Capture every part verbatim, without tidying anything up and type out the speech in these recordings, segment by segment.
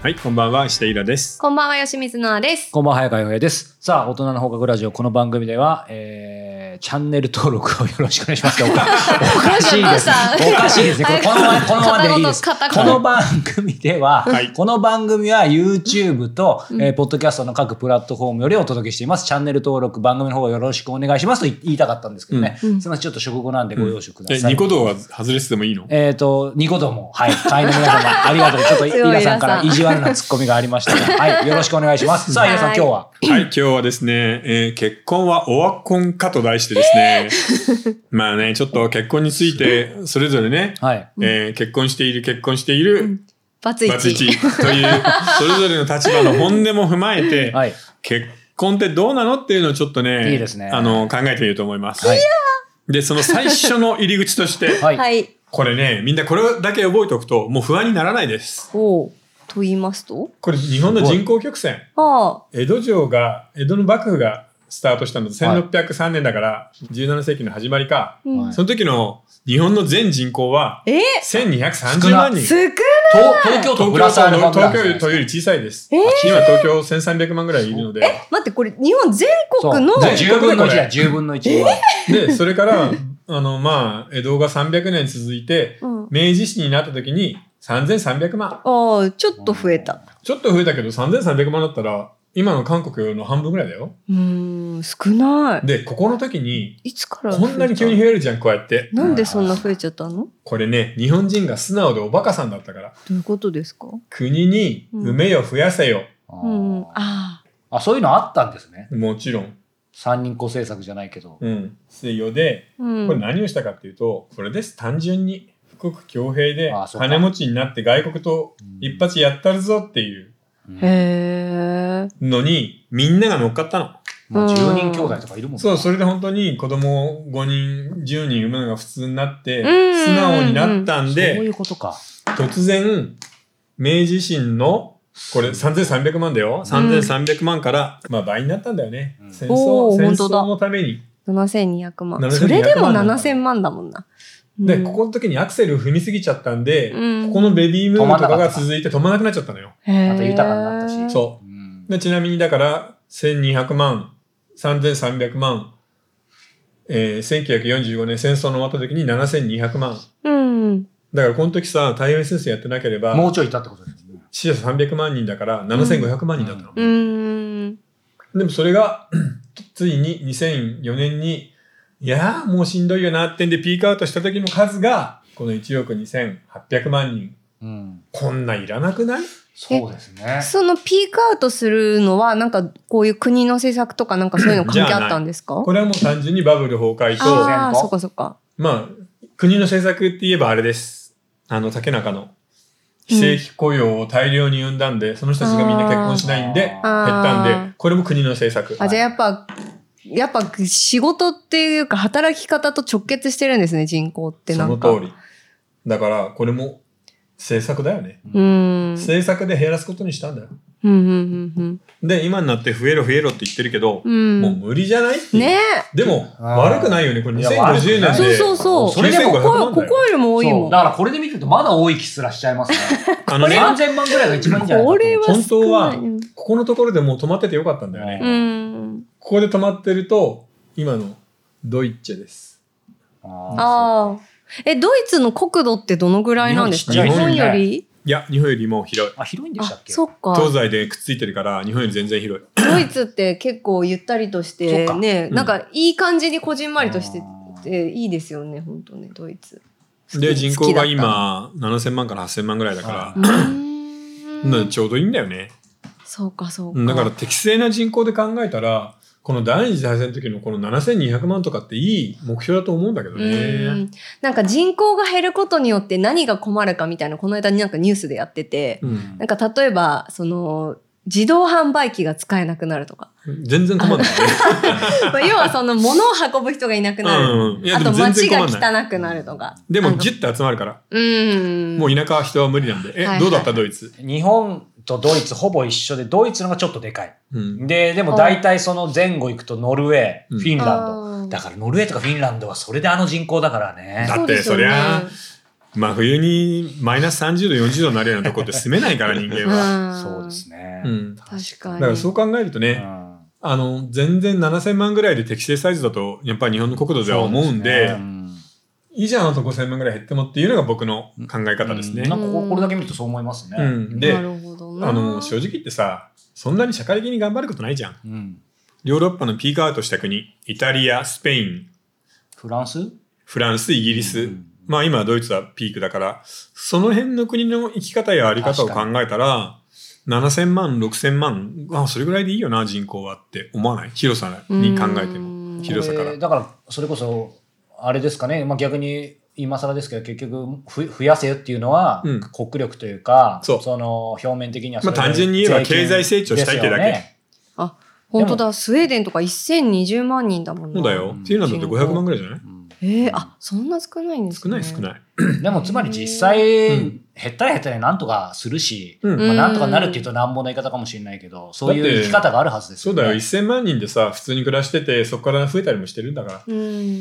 はい、こんばんは、石田イラです。 こんばんは、吉水奈です。 こんばんは、早川洋平です。さあ、大人の放課後ラジオ、この番組では、えー、チャンネル登録をよろしくお願いします。おかしいです。おかしいですね。このまま、このままでいいです。この番組では、はい、この番組は YouTube と、うんえー、ポッドキャストの各プラットフォームよりお届けしています。チャンネル登録、番組の方よろしくお願いしますと言いたかったんですけどね。うん、すみません、ちょっと食後なんでご容赦ください。 うん、え、ニコ動は外れててもいいの？ えっと、ニコ動も、はい、会員の皆様、ありがとう。ちょっとイラさんから意地悪なツッコミがありましたが、はい、よろしくお願いします。さあ、イラさん、今日ははい、今日はですね、えー、結婚はオワコンかと題してですね、まあね、ちょっと結婚について、それぞれね、はい、えー、結婚している、結婚している、うん、 バツイチ。 バツイチという、それぞれの立場の本音も踏まえて、はい、結婚ってどうなのっていうのをちょっとね、 いいですね。あの、考えてみると思います。はい、で、その最初の入り口として、はい、これね、みんなこれだけ覚えておくと、もう不安にならないです。 おと言いますと？これ日本の人口曲線。江戸城が、江戸の幕府がスタートしたのせんろっぴゃくさんねんだから、はい、じゅうななせいきの始まりか。はい、その時の日本の全人口はせんにひゃくさんじゅうまんにん。 少ない。 東京都プラスアルファぐらい。 東京都より小さいです。えー、今東京せんさんびゃくまんぐらいいるので。 え、待って、これ日本全国のじゅうぶんのいちだ、じゅうぶんのいち。えー、で、それから、あの、まあ、江戸がさんびゃくねん続いて、うん、明治史になった時にさんぜんさんびゃくまん。 ああ、ちょっと増えた。 ちょっと増えたけどさんぜんさんびゃくまんだったら、今の韓国の半分ぐらいだよ。 うーん、少ない。 で、ここの時に、 いつからこんなに急に増えるじゃん、こうやって。 なんでそんな増えちゃったの？ これね、日本人が素直でおバカさんだったから。 どういうことですか？ 国に埋めよ増やせよ。 うん、ああ。そういうのあったんですね。 もちろん。 三人子政策じゃないけど。 うん。水曜で、これ何をしたかっていうと、これです。単純に、富国強兵で、金持ちになって外国と一発やったるぞっていう。 へー。 のに、みんなが乗っかったの。 もうじゅうにん兄弟とかいるもんね。 そう、それで本当に子供ごにん、じゅうにん産むのが普通になって、素直になったんで、 そういうことか。 突然、明治維新の、これさんぜんさんびゃくまんだよ。さんぜんさんびゃくまんから、まあ倍になったんだよね。うん、戦争、戦争のために。 ななせんにひゃくまん。それでもななせんまんだもんな。 で、ここの時にアクセルを踏みすぎちゃったんで、うん、ここのベビームーンとかが続いて止まらなくなっちゃったのよ。 また豊かになったし。 そう。うん、でちなみにだから、せんにひゃくまん、さんぜんさんびゃくまん、えー、せんきゅうひゃくよんじゅうごねん戦争の終わった時にななせんにひゃくまん。うん。だからこの時さ、太平洋戦争やってなければ、 もうちょいいたってことですね。 死者さんびゃくまんにんだからななせんごひゃくまんにんだったの。 うん。うん、 でもそれが、ついににせんよねんに、いやーもうしんどいよなってんでピークアウトした時の数が、このいちおくにせんはっぴゃくまんにん。うん、こんないらなくない？ そうですね。 そのピークアウトするのは、なんかこういう国の政策とかなんかそういうの関係あったんですか？ これはもう単純にバブル崩壊と、 ああ、そっかそっか。 まあ、国の政策って言えばあれです。あの、竹中の非正規雇用を大量に生んだんで、うん、その人たちがみんな結婚しないんで、減ったんで、これも国の政策。 あ、じゃあやっぱ、やっぱ仕事っていうか働き方と直結してるんですね、人口ってなんか。 その通り。だから、これも政策だよね。うん、政策で減らすことにしたんだよ。うんうんうんうん、で、今になって増えろ増えろって言ってるけど、うん、もう無理じゃないっていう。 ねでも、悪くないよね。これにせんごじゅうねんで。 そうそうそう。 それでもここ、 ここよりも多いもん。 だからこれで見るとまだ多い気すらしちゃいますね。あのね、さんぜんまんぐらいが一番いいんじゃないかと。 これは本当は、ここのところでもう止まっててよかったんだよね。うん、ここで止まってると、今のドイッチェです。 ああ。え、ドイツの国土ってどのぐらいなんですか？日本より？ いや、日本よりも広い。 あ、広いんでしたっけ？ そっか。 東西でくっついてるから、日本より全然広い。 ドイツって結構ゆったりとしてね、なんかいい感じにこじんまりとしてていいですよね、本当ね、ドイツ。 で、人口が今ななせんまんからはっせんまんぐらいだから、うんちょうどいいんだよね。 そうか、そうか。 だから適正な人口で考えたら、この第二次大戦の時のこのななせんにひゃくまんとかっていい目標だと思うんだけどね。 うんなんか人口が減ることによって何が困るかみたいな、この間になんかニュースでやってて、うん、なんか例えば、その、自動販売機が使えなくなるとか。 全然困んないね。 要はその物を運ぶ人がいなくなる。うん、あと街が汚くなるとか。 でもギュッて集まるから。うんもう田舎は人は無理なんで。え、はいはい、どうだったドイツ？ 日本とドイツほぼ一緒で、ドイツのがちょっとでかい。うん、で、でも大体その前後行くとノルウェー、フィンランド。だからノルウェーとかフィンランドはそれであの人口だからね。 だってそりゃ、 真冬にマイナスさんじゅうどよんじゅうどになるようなとこって住めないから人間は。 そうですね、 うん、 確かに。 だからそう考えるとね、うん、あの全然ななせんまんぐらいで適正サイズだとやっぱり日本の国土では思うんで、そうですね、うん、いいじゃんあとごせんまんぐらい減ってもっていうのが僕の考え方ですね。 うん、なんかこれだけ見るとそう思いますね。 うん、で、なるほどな。あの正直言ってさ、そんなに社会的に頑張ることないじゃん。うん、ヨーロッパのピークアウトした国、イタリア、スペイン、 フランス、 フランス、イギリス、うん、まあ今はドイツはピークだから、その辺の国の生き方やあり方を考えたら、ななせんまん、ろくせんまん、あ、それぐらいでいいよな、人口はって思わない？広さに考えても。広さから。 だから、それこそ、あれですかね、まあ、逆に今更ですけど、結局ふ増やせよっていうのは、うん、国力というか、そ, その表面的にはそれ、 まあ、単純に言えば経済成長したいってだけ。ね、 あ、本当だ、スウェーデンとかせんにじゅうまんにんだもんね。 そうだよ。っていうのはだってごひゃくまんぐらいじゃない？うん、 えー、あ、そんな少ないんですね。 少ない少ない。 でもつまり実際、うん、減ったら減ったらなんとかするし、うん、まあ、なんとかなるっていうと乱暴な言い方かもしれないけど、そういう生き方があるはずですよね。 そうだよ、せんまんにんでさ、普通に暮らしてて、そこから増えたりもしてるんだから。うん、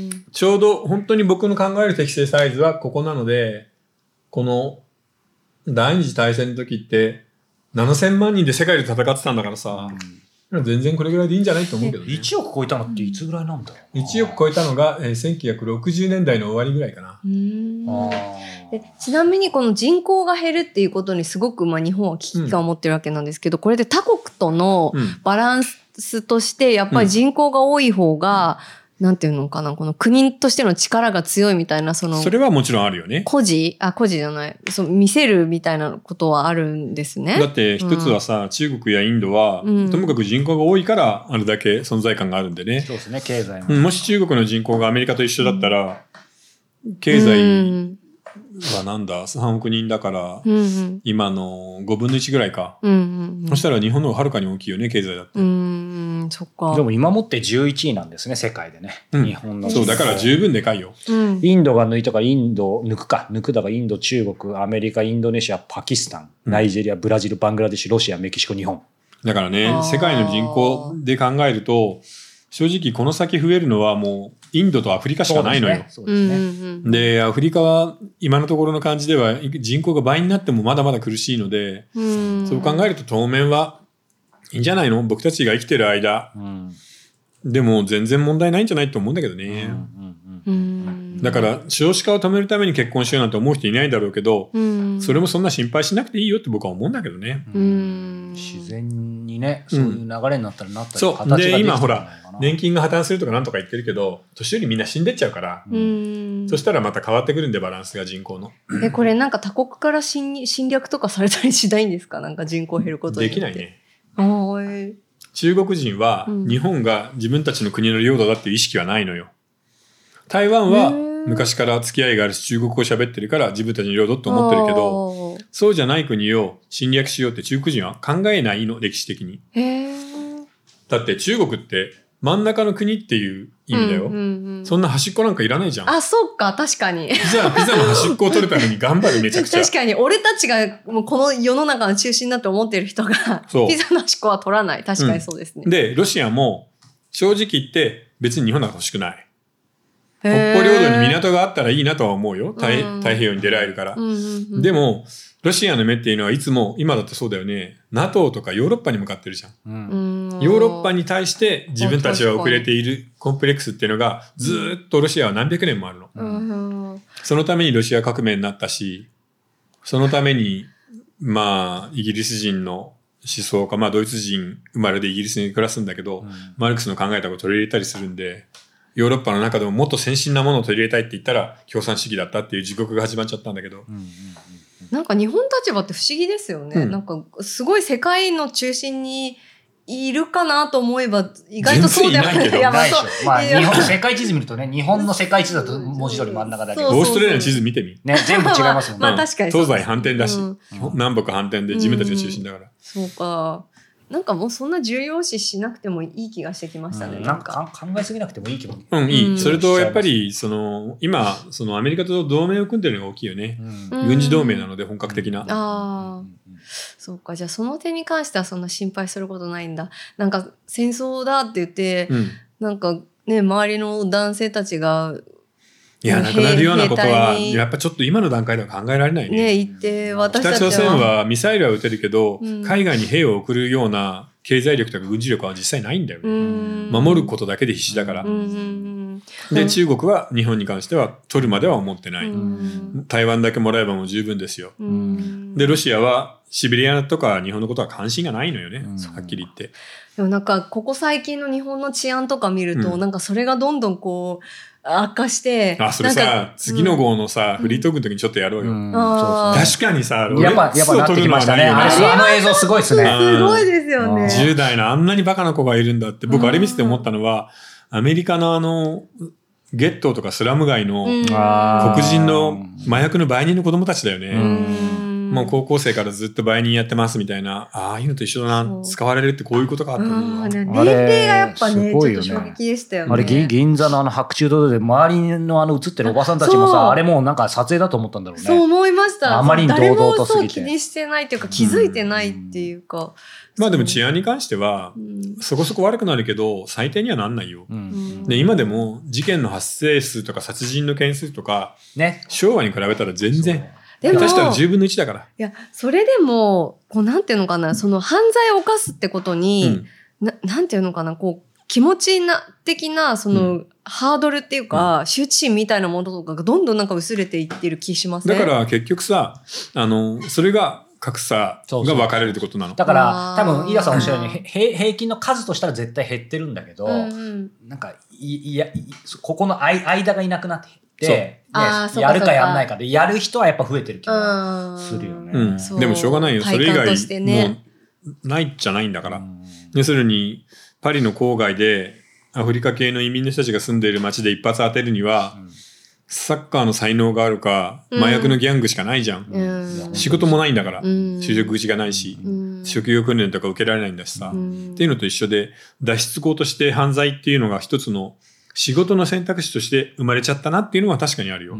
ちょうど本当に僕の考える適正サイズはここなので、この第二次大戦の時ってななせんまんにんで世界で戦ってたんだからさ、うん、全然これぐらいでいいんじゃないと思うけどね。 いちおく超えたのっていつぐらいなんだろう。 いちおく超えたのが、えー、せんきゅうひゃくろくじゅうねんだいの終わりぐらいかな。うーん、 あでちなみにこの人口が減るっていうことにすごくまあ日本は危機感を持ってるわけなんですけど、うん、これで他国とのバランスとしてやっぱり人口が多い方が、うん、なんていうのかな、この国としての力が強いみたいな、そのそれはもちろんあるよね。 孤児あ孤児じゃないそう見せるみたいなことはあるんですね。 だって一つはさ、うん、中国やインドは、うん、ともかく人口が多いからあれだけ存在感があるんでね。 そうですね、経済も、もし中国の人口がアメリカと一緒だったら、うん、経済はなんださんおくにんだから、うんうん、今のごぶんのいちぐらいか、うんうんうん、そしたら日本の方がはるかに大きいよね、経済だって。うーん、そっか。 でも今もってじゅういちいなんですね、世界でね、うん、日本の。 そうだから十分でかいよ、 うん、インドが抜いたからインド抜くか抜くだからインド、中国、アメリカ、インドネシア、パキスタン、ナイジェリア、ブラジル、バングラデシュ、ロシア、メキシコ、日本だからね。世界の人口で考えると正直この先増えるのはもうインドとアフリカしかないのよ。そうですね。そうですね。で、アフリカは今のところの感じでは人口が倍になってもまだまだ苦しいので、うん、そう考えると当面はいいんじゃないの？僕たちが生きてる間、うん、でも全然問題ないんじゃないと思うんだけどね。うんうんうん、だから少子化を止めるために結婚しようなんて思う人いないんだろうけど、うん、それもそんな心配しなくていいよって僕は思うんだけどね。 うん、自然にね、そういう流れになったらなったり、 うん、形ができてるんじゃないかな。そうで今ほら年金が破綻するとかなんとか言ってるけど、年寄りみんな死んでっちゃうから、うん、そしたらまた変わってくるんでバランスが人口の。 え、これなんか他国から侵侵略とかされたりしないんですか？なんか人口減ることによって。 できないね。 あー、 中国人は日本が自分たちの国の領土だっていう意識はないのよ。台湾は昔から付き合いがあるし中国語喋ってるから自分たちの領土って思ってるけど、そうじゃない国を侵略しようって中国人は考えないの、歴史的に。へー。だって中国って真ん中の国っていう意味だよ、うんうんうん、そんな端っこなんかいらないじゃん。 あ、そっか、確かに。 ピザ、ピザの端っこを取るために頑張るめちゃくちゃ。 確かに、俺たちがもうこの世の中の中心だと思ってる人が、ピザの端っこは取らない。確かにそうですね。 うん、で、ロシアも正直言って別に日本なんか欲しくない。北方領土に港があったらいいなとは思うよ。太、うん、太平洋に出られるから、うんうんうん。でも、ロシアの目っていうのはいつも、今だってそうだよね。NATO とかヨーロッパに向かってるじゃん。うん、ヨーロッパに対して自分たちは遅れているコンプレックスっていうのがずっとロシアは何百年もあるの。うん、そのためにロシア革命になったし、そのために、まあ、イギリス人の思想か、まあ、ドイツ人生まれでイギリスに暮らすんだけど、うん、マルクスの考えたことを取り入れたりするんで、ヨーロッパの中でももっと先進なものを取り入れたいって言ったら共産主義だったっていう地獄が始まっちゃったんだけど、うんうんうん、 なんか日本立場って不思議ですよね、うん、なんかすごい世界の中心にいるかなと思えば意外とそうではない。いや、まあ、そうまあ、日本世界地図見るとね、日本の世界地図だと文字通り真ん中だけど、 オーストラリアの地図見てみ、 ね、全部違いますもんね。 まあ確かに東西反転だし、うん、南北反転で自分たちが中心だから、うん、 そうか。なんかもうそんな重要視しなくてもいい気がしてきましたね。 うん、なんか考えすぎなくてもいい気も。 うん、いい。うん、それとやっぱり、その、今、そのアメリカと同盟を組んでるのが大きいよね。うん、軍事同盟なので本格的な。うん、ああ、そうか。じゃあその点に関してはそんな心配することないんだ。なんか戦争だって言って、うん、なんかね、周りの男性たちが、 いや、なくなるようなことは、やっぱちょっと今の段階では考えられないね。 ね、言って、私たちは。 北朝鮮はミサイルは撃てるけど、うん、海外に兵を送るような経済力とか軍事力は実際ないんだよね。守ることだけで必死だから。で、中国は日本に関しては取るまでは思ってない。台湾だけもらえばもう十分ですよ。で、ロシアはシベリアとか日本のことは関心がないのよね。はっきり言って。 でもなんか、ここ最近の日本の治安とか見ると、うん、なんかそれがどんどんこう、悪化して。 あ、それさ、次の号のさ、うん、フリートークの時にちょっとやろうよ。うん、確かにさ、 やっぱ、やっぱなってきましたね。あれ、あの映像すごいですね。 すごいですよね。 じゅう代のあんなにバカな子がいるんだって、僕あれ見てて思ったのは、アメリカのあの、ゲットーとかスラム街の黒人の麻薬の売人の子供たちだよね。もう高校生からずっと売人やってますみたいな、ああいうのと一緒だな、使われるってこういうことかって思う。 年齢がやっぱね、ちょっと衝撃でしたよね。 あれ、銀座のあの白昼堂々で周りのあの映ってるおばさんたちもさ、あれもうなんか撮影だと思ったんだろうね。 そう思いました。 あまりに堂々とすぎて。 誰もそう気にしてないっていうか気づいてないっていうか。 まあでも治安に関しては、そこそこ悪くなるけど、最低にはなんないよ。うん、で、今でも事件の発生数とか殺人の件数とか、ね、昭和に比べたら全然。でも、下手したらじゅうぶんのいちだから。いや、それでも、こう、なんていうのかな、その犯罪を犯すってことに、うん、ななんていうのかな、こう、気持ちな、的な、その、うん、ハードルっていうか、うん、羞恥心みたいなものとかがどんどんなんか薄れていってる気しません？ だから結局さ、あの、それが、格差が分かれるってことなの。 だから、多分、イラさんおっしゃるように、平均の数としたら絶対減ってるんだけど、うんうん、なんか、い、いや、ここの間がいなくなって、で、ね、やるかやんないかで、やる人はやっぱ増えてる気がするよね。 うん、でもしょうがないよ。それ以外、もう、ないじゃないんだから。要するに、パリの郊外で、アフリカ系の移民の人たちが住んでいる街で一発当てるには、うん、サッカーの才能があるか、麻薬のギャングしかないじゃん。うん、仕事もないんだから、うん、就職口がないし、うん、職業訓練とか受けられないんだしさ、うん、っていうのと一緒で、脱出口として犯罪っていうのが一つの仕事の選択肢として生まれちゃったなっていうのは確かにあるよ。うん、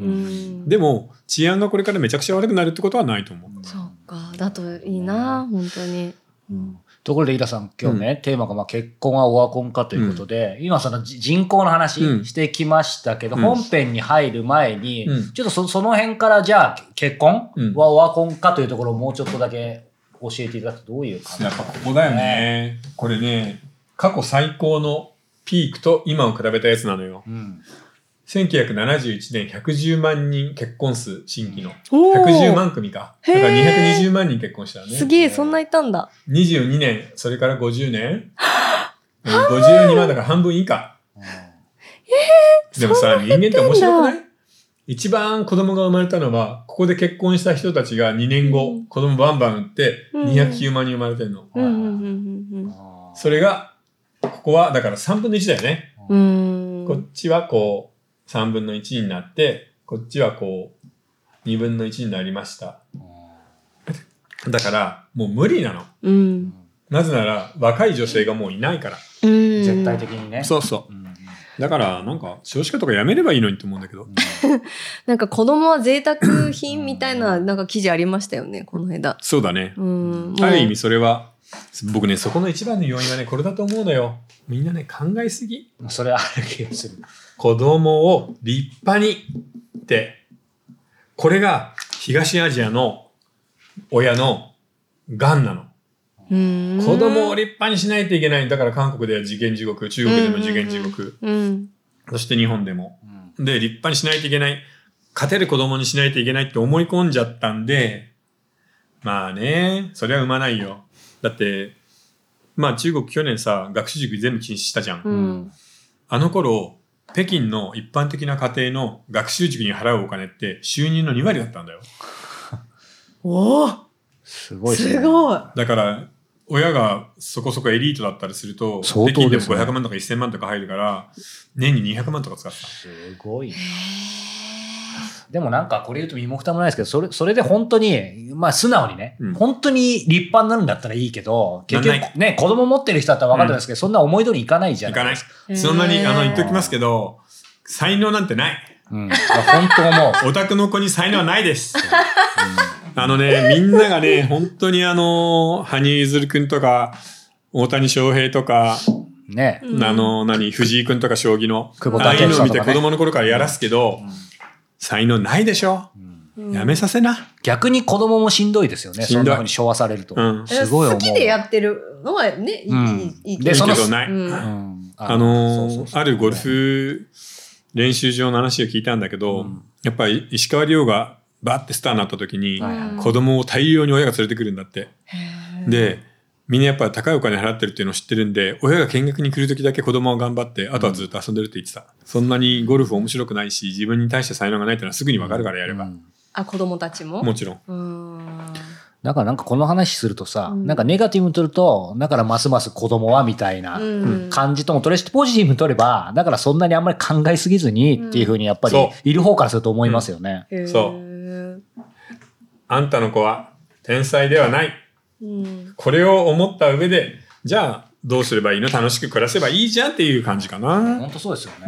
でも、治安がこれからめちゃくちゃ悪くなるってことはないと思う。 そうか。だといいな、本当に。 うん、ところで、イラさん、今日ね、うん、テーマがまあ結婚はオワコンかということで、うん、今その人口の話してきましたけど、うん、本編に入る前に、うん、ちょっと そ, その辺からじゃあ結婚はオワコンかというところをもうちょっとだけ教えていただくとどういう感じ？ やっぱここだよね。これね、過去最高のピークと今を比べたやつなのよ。うん、せんきゅうひゃくななじゅういちねんひゃくじゅうまんにん結婚数、新規の。ひゃくじゅうまん組か。だからにひゃくにじゅうまんにん結婚したね。 すげえ、そんないたんだ。 にじゅうにねん、それからごじゅうねん。ごじゅうにまんだから半分以下。えー、でもさ、人間って面白くない？一番子供が生まれたのは、ここで結婚した人たちがにねんご、うん、子供バンバン産ってにひゃくきゅうまんにん生まれてるの。それが、ここはだからさんぶんのいちだよね。うん、こっちはこうさんぶんのいちになって、こっちはこうにぶんのいちになりました。だからもう無理なの。うん、なぜなら若い女性がもういないから。 うん、絶対的にね。 そうそう。うん、だからなんか少子化とかやめればいいのにと思うんだけど。 なんか子供は贅沢品みたいななんか記事ありましたよね、この間。 そうだね。うん、ある意味それは。僕ね、そこの一番の要因はね、これだと思うのよ。みんなね、考えすぎ。 それはある気がする。 子供を立派にって、これが東アジアの親の癌なの。うーん、子供を立派にしないといけない。だから韓国では受験地獄、中国でも受験地獄、うんうんうん、そして日本でも、うん。で、立派にしないといけない。勝てる子供にしないといけないって思い込んじゃったんで、まあね、それは産まないよ。だって、まあ中国去年さ、学習塾全部禁止したじゃん。うん、あの頃、北京の一般的な家庭の学習塾に払うお金って収入のにわりだったんだよ。 おー、 すごいですね。 すごい。 だから、親がそこそこエリートだったりすると、北京でもごひゃくまんとかせんまんとか入るから、年ににひゃくまんとか使ってた。 すごい。でもなんかこれ言うと身も蓋もないですけど、それ、それで本当に、まあ素直にね、うん、本当に立派になるんだったらいいけど、結局ね、子供持ってる人だったら分かったんですけど、うん、そんな思い通りいかないじゃないですか。 いかない。そんなに、あの、言っときますけど、才能なんてない。 うん。本当思う。オタクの子に才能はないです。うん、あのね、みんながね、本当にあの、羽生結弦くんとか、大谷翔平とか、 ね、 あの、何、藤井くんとか将棋の、ああいうのを見て子供の頃からやらすけど、 才能ないでしょ、うん、やめさせな。 逆に子供もしんどいですよね。そんな風に昭和されると、うん、すごい思う。 好きでやってるのはね、うん、いいけどない、うんうん、あのー、そうそうそう、あるゴルフ練習場の話を聞いたんだけど、うん、やっぱり石川遼がバッてスターになった時に、うん、子供を大量に親が連れてくるんだって。でみんなやっぱ高いお金払ってるっていうのを知ってるんで、親が見学に来る時だけ子供は頑張って、あとはずっと遊んでるって言ってた、うん、そんなにゴルフ面白くないし自分に対して才能がないっていうのはすぐに分かるからやれば、うん、 あ、子供たちももちろん。 うーん、 だからなんかこの話するとさ、うん、なんかネガティブに取ると、だからますます子供はみたいな感じとも取れして、ポジティブに取れば、だからそんなにあんまり考えすぎずにっていうふうにやっぱりいる方からすると思いますよね。 うん、そう。あんたの子は天才ではない。うん、これを思った上で、じゃあどうすればいいの？楽しく暮らせばいいじゃんっていう感じかな。 本当そうですよね。うん、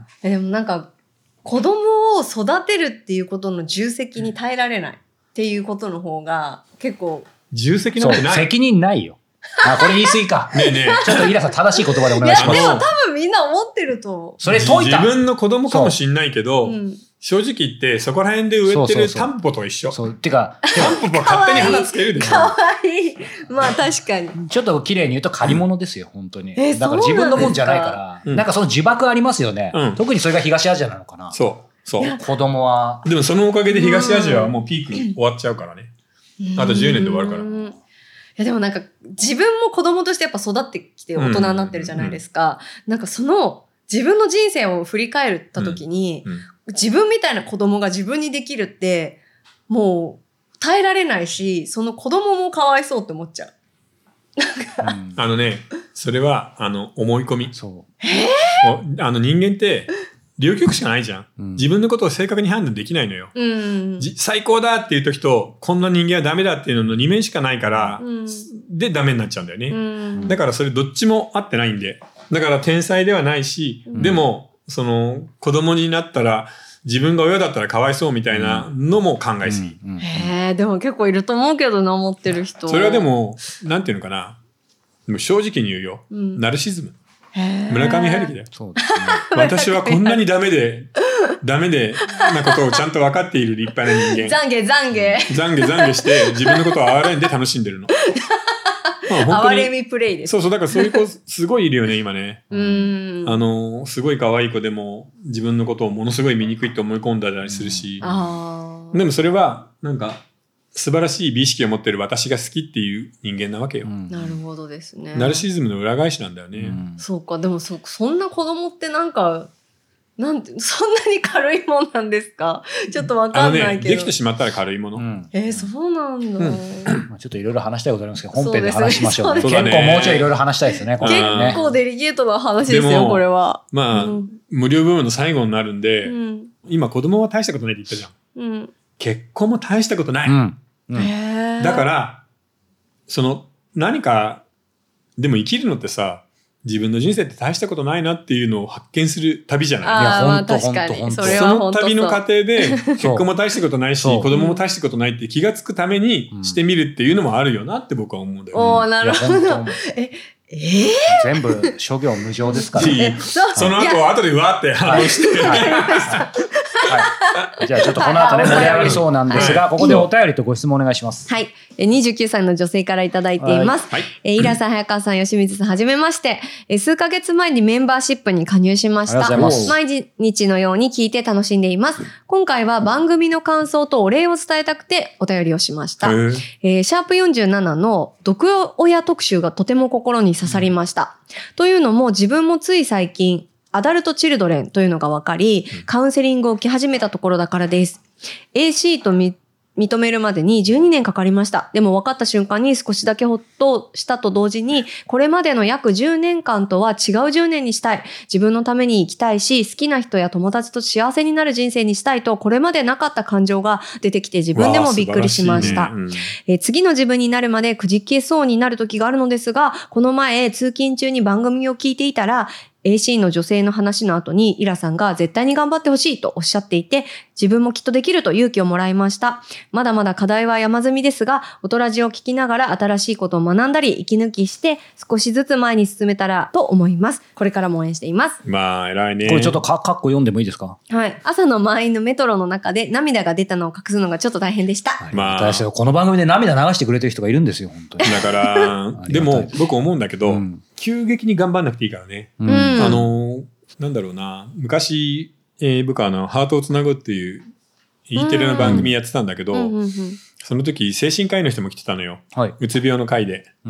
えでもなんか子供を育てるっていうことの重責に耐えられないっていうことの方が結構重責なんてない。 責任ないよ。あ、これ言い過ぎか。ねえねえ。ちょっとイラさん正しい言葉でお願いします。 いやでも多分みんな思ってると。 それ解いた。 自分の子供かもしんないけど、うん、正直言ってそこら辺で植えてるタンポと一緒。 そうそうそう。てか、 タンポポは勝手に花つけるでしょ。 かわいい。まあ確かに。 ちょっと綺麗に言うと借り物ですよ、本当に。え、だから自分のもんじゃないから、うん、なんかその呪縛ありますよね、うん。特にそれが東アジアなのかな。 そう。そう。 子供は。 でもそのおかげで東アジアはもうピーク終わっちゃうからね。あとじゅうねんで終わるから。 いやでもなんか自分も子供としてやっぱ育ってきて大人になってるじゃないですか。うん、なんかその自分の人生を振り返った時に、うんうん、自分みたいな子供が自分にできるってもう耐えられないし、その子供もかわいそうって思っちゃう。 うん、あのね、それはあの思い込み。 そう。 えー、あの人間って両極しかないじゃん、うん。自分のことを正確に判断できないのよ。うん、最高だっていう時と、こんな人間はダメだっていうのの二面しかないから、うん、でダメになっちゃうんだよね、うん。だからそれどっちも合ってないんで。だから天才ではないし、うん、でも、その子供になったら、自分が親だったらかわいそうみたいなのも考えすぎ。 うんうん、へえ、でも結構いると思うけどな、思ってる人。 それはでも、なんていうのかな。でも正直に言うよ。うん、ナルシズム。村上春樹だよ。そうですね。私はこんなにダメで、ダメでなことをちゃんと分かっている立派な人間。 懺悔懺悔。 懺悔懺悔して自分のことを憐れんで楽しんでるの。 まあ、哀れみプレイです。 そうそう、だからそういう子すごいいるよね、今ね。うん。あの、すごい可愛い子でも自分のことをものすごい醜いと思い込んだりするし。うん、あでもそれは、なんか、素晴らしい美意識を持ってる私が好きっていう人間なわけよ。うん、 なるほどですね。 ナルシズムの裏返しなんだよね。うん、 そうか、でもそ、そんな子供ってなんか、なんて、そんなに軽いもんなんですか？ちょっとわかんないけど。あのね、 できてしまったら軽いもの。うん、 えー、そうなんだ。うん、 ちょっといろいろ話したいことありますけど、本編で話しましょうね。結構もうちょいいろいろ話したいですね、これね。 結構デリケートな話ですよ、これは。 まあ、うん、無料部分の最後になるんで、うん、今子供は大したことないって言ったじゃん。うん、結婚も大したことない。うんうん、だから、その、何か、でも生きるのってさ、自分の人生って大したことないなっていうのを発見する旅じゃない？いや、ほんと、ほんと、ほんと。 その旅の過程で、結婚も大したことないし、子供も大したことないって気がつくためにしてみるっていうのもあるよなって僕は思うんだよね。 おー、なるほど。え、えー、 全部諸行無常ですからね。 その後、後でうわーって反応して。はいはい、じゃあちょっとこの後ね盛り上がりそうなんですが、はい、ここでお便りとご質問お願いします。 はい。にじゅうきゅうさいの女性からいただいています。はい。えイラさん、早川さん、吉水さん、はじめまして。え数ヶ月前にメンバーシップに加入しました。ありがとうございます。毎日のように聞いて楽しんでいます。今回は番組の感想とお礼を伝えたくてお便りをしました。えー、シャープよんじゅうななの毒親特集がとても心に刺さりました。うん、というのも自分もつい最近、アダルトチルドレンというのが分かり、カウンセリングを受け始めたところだからです。エーシー とみ認めるまでにじゅうにねんかかりました。でも分かった瞬間に少しだけほっとしたと同時に、これまでの約じゅうねんかんとは違うじゅうねんにしたい。自分のために生きたいし、好きな人や友達と幸せになる人生にしたいと、これまでなかった感情が出てきて自分でもびっくりしました。ねうんえー、次の自分になるまでくじけそうになる時があるのですが、この前通勤中に番組を聞いていたら、 エーシー の女性の話の後にイラさんが絶対に頑張ってほしいとおっしゃっていて、自分もきっとできると勇気をもらいました。まだまだ課題は山積みですが、オトラジを聞きながら新しいことを学んだり、息抜きして少しずつ前に進めたらと思います。これからも応援しています。 まあ、偉いね。 これちょっとか、かっこ読んでもいいですか？ はい。朝の満員のメトロの中で涙が出たのを隠すのがちょっと大変でした。 はい、まあ、この番組で涙流してくれてる人がいるんですよ、本当に。 だから、でも僕思うんだけど、うん、急激に頑張んなくていいからね。うん、あの、なんだろうな、昔、えー、僕はあの、ハートをつなぐっていう、E テレの番組やってたんだけど、うん、その時、精神科医の人も来てたのよ。はい、うつ病の会で、うん。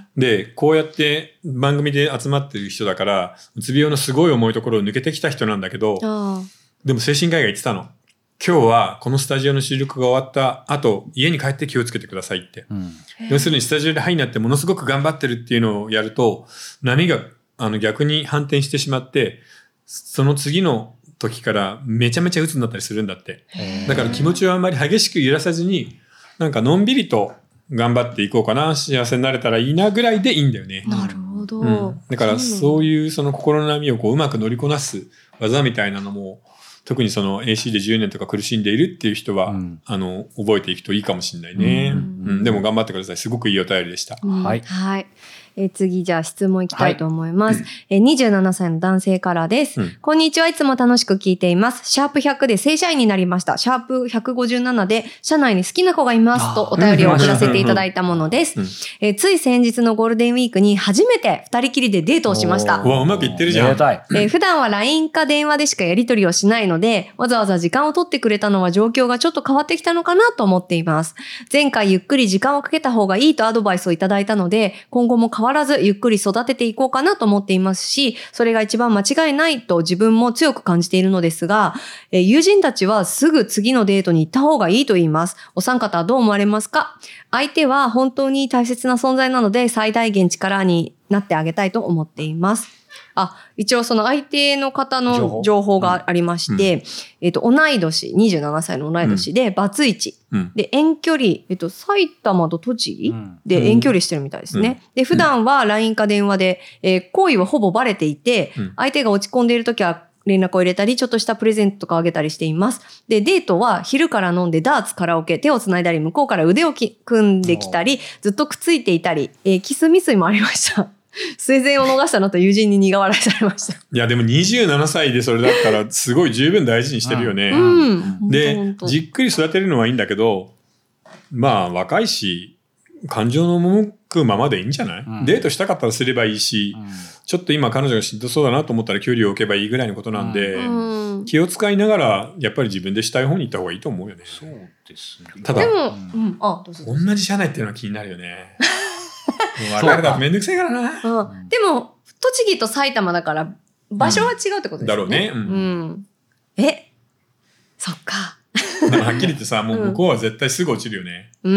で、こうやって番組で集まってる人だから、うつ病のすごい重いところを抜けてきた人なんだけど、でも精神科医が言ってたの。今日はこのスタジオの収録が終わった後、家に帰って気をつけてくださいって。うん、要するにスタジオでハイになってものすごく頑張ってるっていうのをやると、波があの逆に反転してしまって、その次の時からめちゃめちゃ鬱になったりするんだって。だから気持ちをあんまり激しく揺らさずに、なんかのんびりと頑張っていこうかな、幸せになれたらいいなぐらいでいいんだよね。 なるほど。 うん、だからそういうその心の波をこううまく乗りこなす技みたいなのも、特にその エーシー でじゅうねんとか苦しんでいるっていう人は、うん、あの覚えていくといいかもしれないね、うんうん、でも頑張ってください。すごくいいお便りでした、 うん、はい、はい。えー、次じゃあ質問いきたいと思います、はい。えー、にじゅうななさいの男性からです、うん、こんにちは。いつも楽しく聞いています。シャープひゃくで正社員になりました。シャープひゃくごじゅうななで社内に好きな子がいますとお便りを送らせていただいたものです、うんえー、つい先日のゴールデンウィークに初めて二人きりでデートをしました。 うわ、うまくいってるじゃん。 えー、普段は ライン か電話でしかやり取りをしないので、わざわざ時間を取ってくれたのは状況がちょっと変わってきたのかなと思っています。前回ゆっくり時間をかけた方がいいとアドバイスをいただいたので、今後も変わらずゆっくり育てていこうかなと思っていますし、それが一番間違いないと自分も強く感じているのですが、えー、友人たちはすぐ次のデートに行った方がいいと言います。お三方はどう思われますか？相手は本当に大切な存在なので、最大限力になってあげたいと思っています。あ、一応その相手の方の情報がありまして、うん、えっと、同い年、にじゅうななさいの同い年で、バツイチ、うん。で、遠距離、えっと、埼玉と栃木で遠距離してるみたいですね。うん、で、普段は ライン か電話で、えー、行為はほぼバレていて、うん、相手が落ち込んでいるときは連絡を入れたり、ちょっとしたプレゼントとかあげたりしています。で、デートは昼から飲んでダーツ、カラオケ、手をつないだり、向こうから腕を組んできたり、ずっとくっついていたり、えー、キスミスもありました。垂涎を逃したのと友人に苦笑いされました。いやでもにじゅうななさいでそれだったらすごい十分大事にしてるよね。 うん、 で、じっくり育てるのはいいんだけど、まあ若いし、感情の赴くままでいいんじゃない、うん、デートしたかったらすればいいし、うん、ちょっと今彼女がしんどそうだなと思ったら距離を置けばいいぐらいのことなんで、うん、気を使いながらやっぱり自分でしたい方に行った方がいいと思うよね。 そうですね。 ただ、 でも、うん、あ、どうぞどうぞ。 同じ社内っていうのは気になるよね。我々だとめんどくさいからな、 うん。でも、栃木と埼玉だから場所は違うってことですよね。 だろうね。 うん。うん、え、そっか。 はっきり言ってさ、もう向こうは絶対すぐ落ちるよね。うん。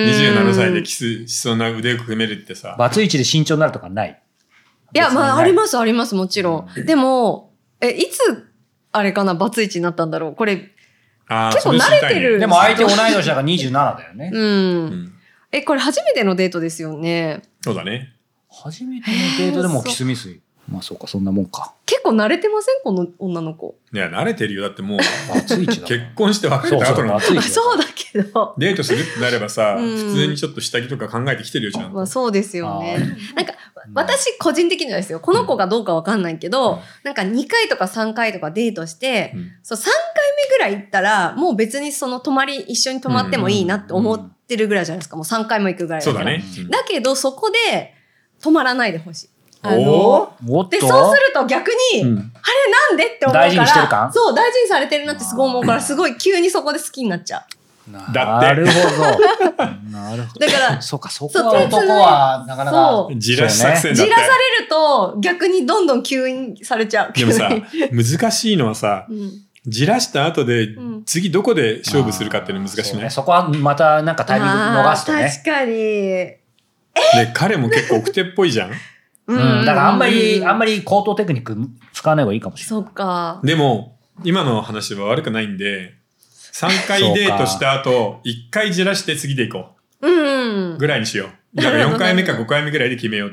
にじゅうななさいでキスしそうな腕を組めるってさ。 バツイチで慎重になるとかない？ いや、まあ、あります、あります、もちろん。でも、え、いつ、あれかな、バツイチになったんだろう。これ、結構慣れてる。 でも相手同い年だからにじゅうななだよね。 うん。うんえ、これ初めてのデートですよね。 そうだね。 初めてのデートでもキスミス。まあそうか、そんなもんか。 結構慣れてませんこの女の子。 いや、慣れてるよ。だってもう、 バツイチだ結婚して別れた後のそうそうそうだけど。 デートするってなればさ、うん、普通にちょっと下着とか考えてきてるよ、ちゃんと。 まあそうですよね。なんか、私個人的にはですよ、この子がどうかわかんないけど、うん、なんかにかいとかさんかいとかデートして、うん、そうさんかいめぐらい行ったら、もう別にその泊まり、一緒に泊まってもいいなって思ってるぐらいじゃないですか。もうさんかいも行くぐらいだから。 そうだね。 うん、だけど、そこで泊まらないでほしい。あのー、で、そうすると逆に、うん、あれなんでって思うから、 大事にしてるか？ そう、大事にされてるなってすごい思うから、すごい急にそこで好きになっちゃう。 だって。 なるほど。なるほど。 だから、 そうか、そこは男はなかなか。 じらし作戦だって。 じらされると逆にどんどん吸引されちゃう。 でもさ、難しいのはさ、うん、じらした後で、次どこで勝負するかっていうの難しくない？ そ, ね、そこはまたなんかタイミング逃すとね。 確かに。で、 彼も結構奥手っぽいじゃん。 うん、だからあんまり、あんまり高等テクニック使わない方がいいかもしれない。 そっか。 でも、今の話は悪くないんで、さんかいデートした後、いっかいじらして次で行こう。うん。ぐらいにしよう。だからよんかいめかごかいめぐらいで決めようっていう。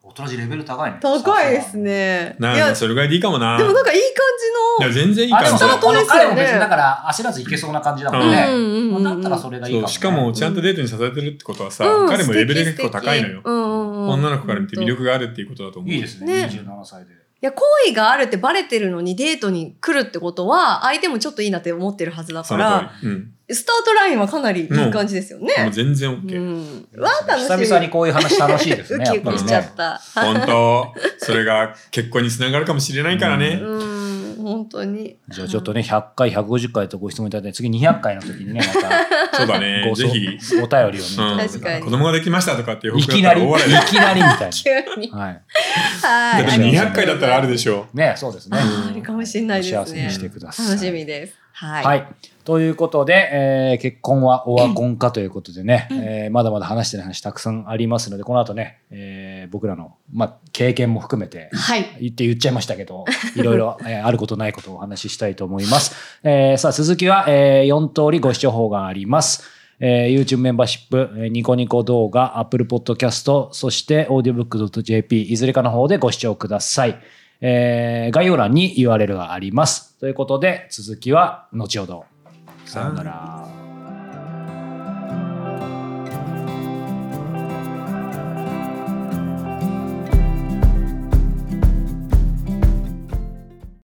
大人じレベル高いね。 高いですね。 なんかそれぐらいでいいかもな。 でもなんかいい感じの。いや全然いい感じ。 あ、でもこの彼も別にだから焦らずいけそうな感じだもんね。うん、だったらそれがいいかも、ね。 しかもちゃんとデートに誘ってるってことはさ、うん、彼もレベルが結構高いのよ。うん、女の子から見て魅力があるっていうことだと思う。 いいですね。にじゅうななさいで。いや、好意があるってバレてるのにデートに来るってことは、相手もちょっといいなって思ってるはずだから、うん、スタートラインはかなりいい感じですよね。 もう全然 OK。 うん、わー楽しい。 久々にこういう話楽しいですね。 ウキウキしちゃった。 本当、それが結婚につながるかもしれないからね。 うん、本当に。 じゃあちょっとね、ひゃっかい、ひゃくごじゅっかいとご質問いただいて、次にひゃっかいの時にね、また。 そうだね。ぜひ。 お便りを見て。確かに。 子供ができましたとかっていういきなり、いきなりみたいな。 急に。 はい。 はい。 だってにひゃっかいだったらあるでしょう。ね、そうですね。 あるかもしれないですね。 幸せにしてください。 楽しみです。はい。 はい。ということで、えー、結婚はオワコンかということでね、うん、えー、まだまだ話してない話たくさんありますので、この後ね、えー、僕らの、まあ、経験も含めて、 はい、 言って言っちゃいましたけど、いろいろ、えー、あることないことをお話ししたいと思います。えー、さあ、続きは、えー、よん通りご視聴法があります。えー、YouTube メンバーシップ、えー、ニコニコ動画、Apple Podcast、そして オーディオブックドットジェーピー、いずれかの方でご視聴ください。えー、概要欄に ユーアールエル があります。ということで、続きは後ほど。さようなら。